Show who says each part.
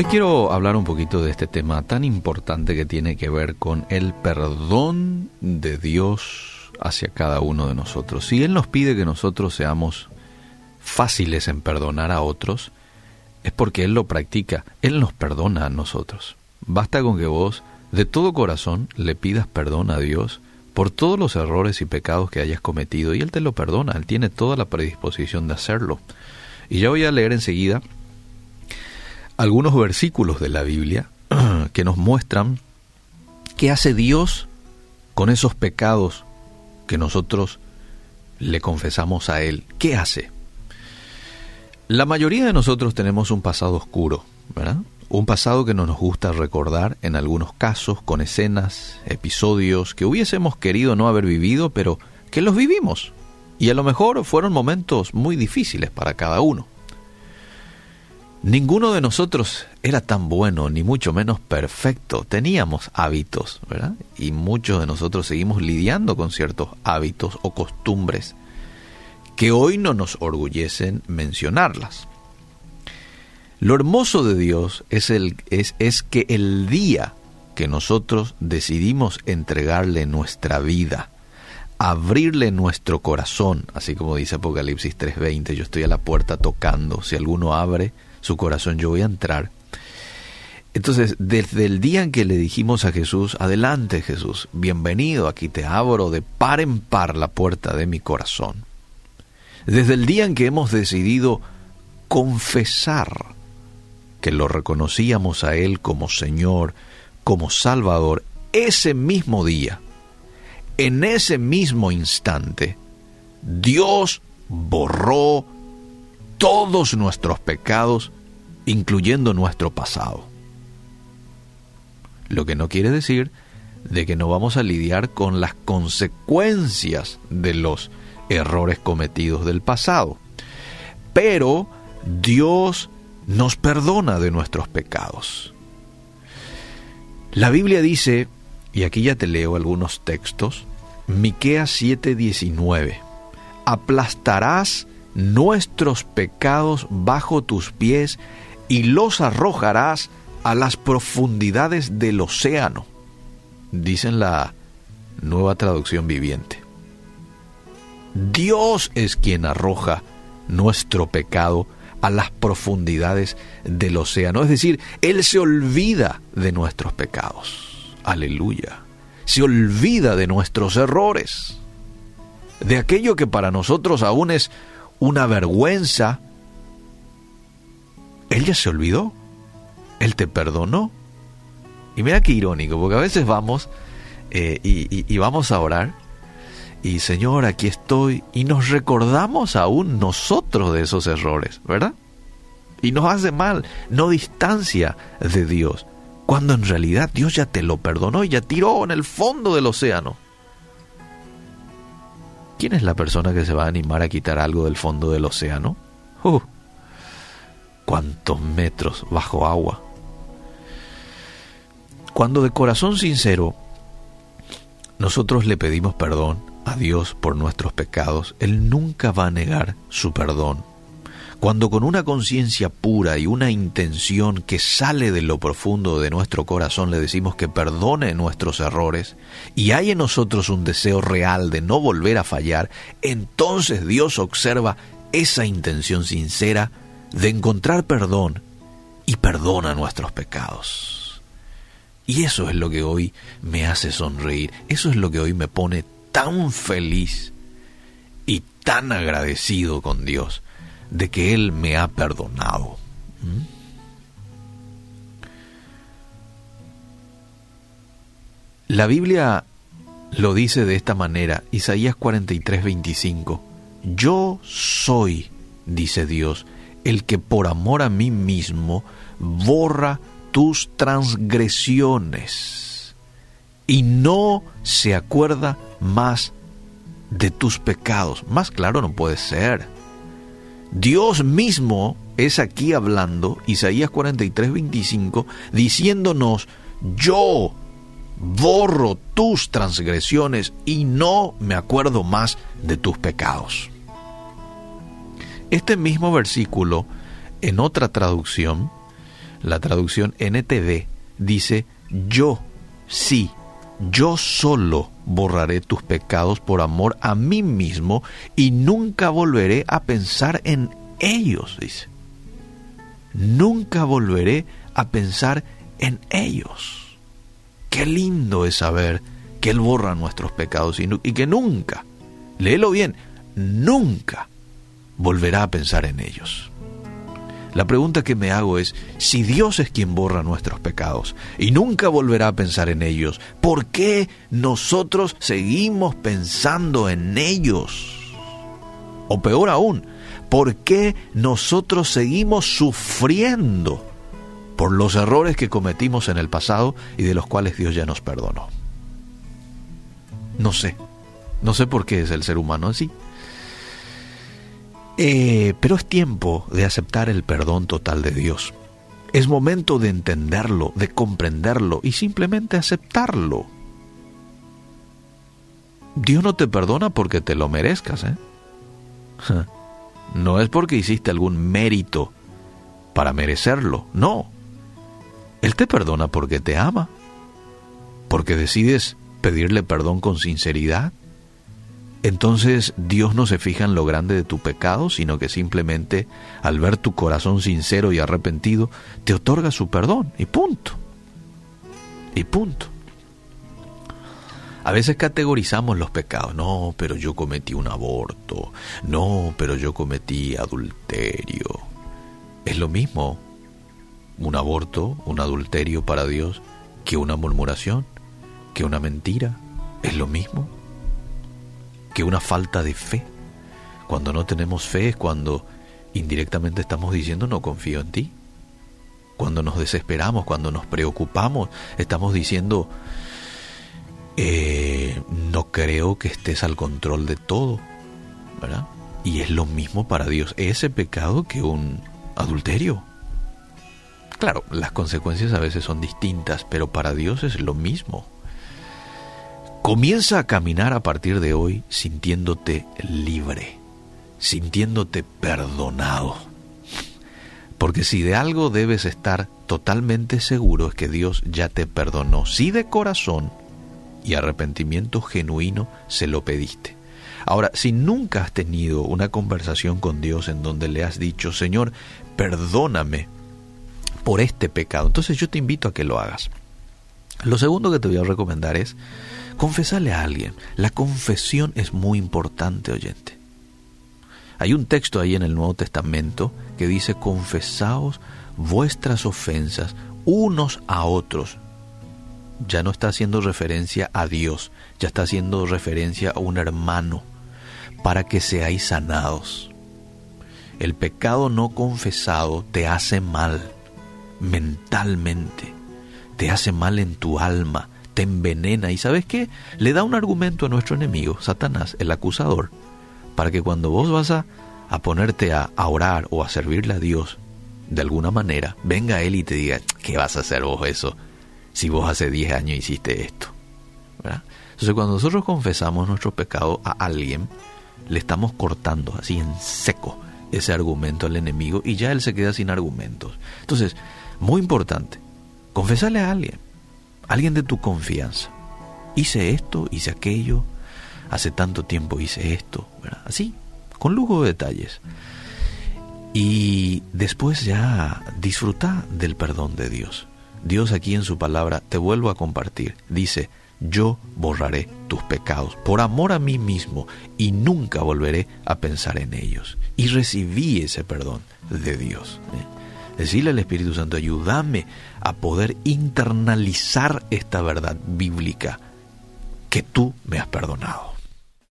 Speaker 1: quiero hablar un poquito de este tema tan importante que tiene que ver con el perdón de Dios hacia cada uno de nosotros. Si Él nos pide que nosotros seamos fáciles en perdonar a otros, es porque Él lo practica. Él nos perdona a nosotros. Basta con que vos de todo corazón le pidas perdón a Dios por todos los errores y pecados que hayas cometido, y Él te lo perdona. Él tiene toda la predisposición de hacerlo. Y ya voy a leer enseguida algunos versículos de la Biblia que nos muestran qué hace Dios con esos pecados que nosotros le confesamos a Él. ¿Qué hace? La mayoría de nosotros tenemos un pasado oscuro, ¿verdad? Un pasado que no nos gusta recordar, en algunos casos, con escenas, episodios que hubiésemos querido no haber vivido, pero que los vivimos. Y a lo mejor fueron momentos muy difíciles para cada uno. Ninguno de nosotros era tan bueno, ni mucho menos perfecto. Teníamos hábitos, ¿verdad? Y muchos de nosotros seguimos lidiando con ciertos hábitos o costumbres que hoy no nos orgullecen mencionarlas. Lo hermoso de Dios es que el día que nosotros decidimos entregarle nuestra vida, abrirle nuestro corazón, así como dice Apocalipsis 3:20, yo estoy a la puerta tocando, si alguno abre su corazón, yo voy a entrar. Entonces, desde el día en que le dijimos a Jesús, adelante Jesús, bienvenido, aquí te abro de par en par la puerta de mi corazón. Desde el día en que hemos decidido confesar que lo reconocíamos a Él como Señor, como Salvador, ese mismo día, en ese mismo instante, Dios borró todos nuestros pecados, incluyendo nuestro pasado. Lo que no quiere decir de que no vamos a lidiar con las consecuencias de los errores cometidos del pasado. Pero Dios nos perdona de nuestros pecados. La Biblia dice, y aquí ya te leo algunos textos, Miqueas 7:19, aplastarás nuestros pecados bajo tus pies y los arrojarás a las profundidades del océano, dice en la Nueva Traducción Viviente. Dios es quien arroja nuestro pecado a las profundidades del océano, es decir, Él se olvida de nuestros pecados. Aleluya. Se olvida de nuestros errores, de aquello que para nosotros aún es una vergüenza. Él ya se olvidó. Él te perdonó. Y mira qué irónico, porque a veces vamos y vamos a orar y Señor, aquí estoy, y nos recordamos aún nosotros de esos errores, ¿verdad? Y nos hace mal, no distancia de Dios, cuando en realidad Dios ya te lo perdonó y ya tiró en el fondo del océano. ¿Quién es la persona que se va a animar a quitar algo del fondo del océano? ¿Cuántos metros bajo agua? Cuando de corazón sincero nosotros le pedimos perdón a Dios por nuestros pecados, Él nunca va a negar su perdón. Cuando con una conciencia pura y una intención que sale de lo profundo de nuestro corazón le decimos que perdone nuestros errores y hay en nosotros un deseo real de no volver a fallar, entonces Dios observa esa intención sincera de encontrar perdón y perdona nuestros pecados. Y eso es lo que hoy me hace sonreír, eso es lo que hoy me pone tan feliz y tan agradecido con Dios de que Él me ha perdonado. La Biblia lo dice de esta manera, Isaías 43:25. Yo soy, dice Dios, el que por amor a mí mismo borra tus transgresiones y no se acuerda más de tus pecados. Más claro no puede ser. Dios mismo es aquí hablando, Isaías 43:25, diciéndonos, yo borro tus transgresiones y no me acuerdo más de tus pecados. Este mismo versículo, en otra traducción, la traducción NTV, dice: yo solo borraré tus pecados por amor a mí mismo y nunca volveré a pensar en ellos, dice. Nunca volveré a pensar en ellos. Qué lindo es saber que Él borra nuestros pecados y que nunca, léelo bien, nunca volverá a pensar en ellos. La pregunta que me hago es, si Dios es quien borra nuestros pecados y nunca volverá a pensar en ellos, ¿por qué nosotros seguimos pensando en ellos? O peor aún, ¿por qué nosotros seguimos sufriendo por los errores que cometimos en el pasado y de los cuales Dios ya nos perdonó? No sé por qué es el ser humano así. Pero es tiempo de aceptar el perdón total de Dios. Es momento de entenderlo, de comprenderlo y simplemente aceptarlo. Dios no te perdona porque te lo merezcas, ¿eh? No es porque hiciste algún mérito para merecerlo, no. Él te perdona porque te ama, porque decides pedirle perdón con sinceridad. Entonces Dios no se fija en lo grande de tu pecado, sino que simplemente al ver tu corazón sincero y arrepentido, te otorga su perdón y punto. Y punto. A veces categorizamos los pecados. No, pero yo cometí un aborto. No, pero yo cometí adulterio. Es lo mismo un aborto, un adulterio para Dios, que una murmuración, que una mentira. Es lo mismo que una falta de fe. Cuando no tenemos fe es cuando indirectamente estamos diciendo no confío en ti. Cuando nos desesperamos, cuando nos preocupamos, estamos diciendo no creo que estés al control de todo, ¿verdad? Y es lo mismo para Dios ese pecado que un adulterio. Claro, las consecuencias a veces son distintas, pero para Dios es lo mismo. Comienza a caminar a partir de hoy sintiéndote libre, sintiéndote perdonado. Porque si de algo debes estar totalmente seguro es que Dios ya te perdonó, si de corazón y arrepentimiento genuino se lo pediste. Ahora, si nunca has tenido una conversación con Dios en donde le has dicho, Señor, perdóname por este pecado, entonces yo te invito a que lo hagas. Lo segundo que te voy a recomendar es confesarle a alguien. La confesión es muy importante, oyente. Hay un texto ahí en el Nuevo Testamento que dice, confesaos vuestras ofensas unos a otros. Ya no está haciendo referencia a Dios, ya está haciendo referencia a un hermano, para que seáis sanados. El pecado no confesado te hace mal mentalmente, te hace mal en tu alma, te envenena. ¿Y sabes qué? Le da un argumento a nuestro enemigo, Satanás, el acusador, para que cuando vos vas a ponerte a orar o a servirle a Dios de alguna manera, venga él y te diga, ¿qué vas a hacer vos eso? Si vos hace 10 años hiciste esto, ¿verdad? Entonces cuando nosotros confesamos nuestro pecado a alguien, le estamos cortando así en seco ese argumento al enemigo y ya él se queda sin argumentos. Entonces, muy importante, confesarle a alguien de tu confianza. Hice esto, hice aquello, hace tanto tiempo hice esto, ¿verdad? Así, con lujo de detalles. Y después ya disfruta del perdón de Dios. Dios aquí en su palabra, te vuelvo a compartir, dice, yo borraré tus pecados por amor a mí mismo y nunca volveré a pensar en ellos. Y recibí ese perdón de Dios. Decirle al Espíritu Santo, ayúdame a poder internalizar esta verdad bíblica que tú me has perdonado.